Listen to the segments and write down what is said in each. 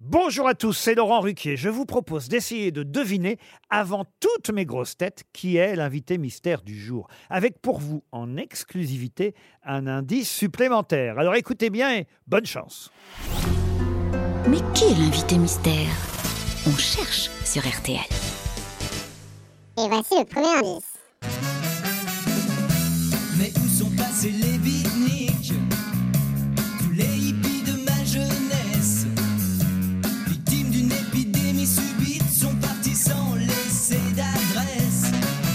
Bonjour à tous, c'est Laurent Ruquier. Je vous propose d'essayer de deviner, avant toutes mes grosses têtes, qui est l'invité mystère du jour. Avec pour vous, en exclusivité, un indice supplémentaire. Alors écoutez bien et bonne chance. Mais qui est l'invité mystère? On cherche sur RTL. Et voici le premier indice. Mais où sont passés les beatniks, tous les hippies de ma jeunesse, victimes d'une épidémie subite, sont partis sans laisser d'adresse.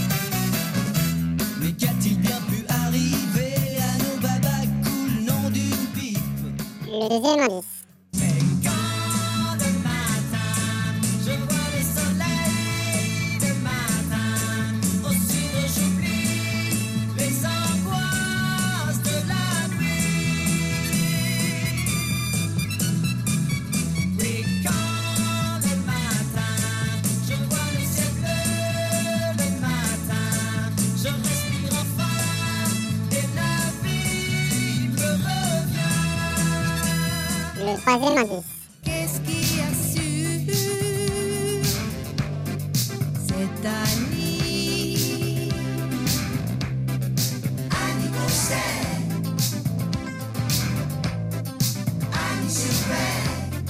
Mais qu'a-t-il bien pu arriver à nos babas cool nom d'une pipe? Le deuxième indice. Mais quand le matin, je vois le soleil le matin, au sud j'oublie les angoisses de la nuit. Et quand le matin, je vois le ciel bleu le matin, je respire enfin et la vie me revient. Le troisième indice. Qu'est-ce qui a su cette Annie? Annie Concert, Annie Super.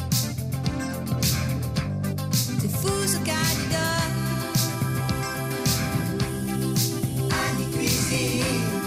C'est fou ce qu'Annie donne. Annie Cuisine.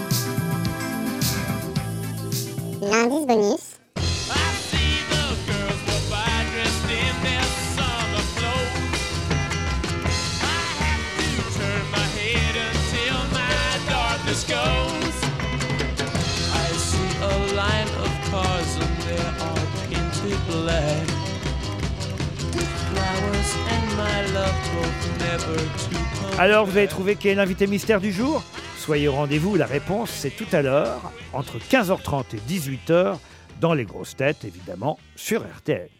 L'indice bonus. I see the girls go by dressed in their summer clothes. I have to turn my head until my darkness goes. I see a line of cars and they are painted black, with flowers and my love hope never to come. Alors vous avez trouvé qui est l'invité mystère du jour? Soyez au rendez-vous, la réponse c'est tout à l'heure, entre 15h30 et 18h, dans les grosses têtes évidemment, sur RTL.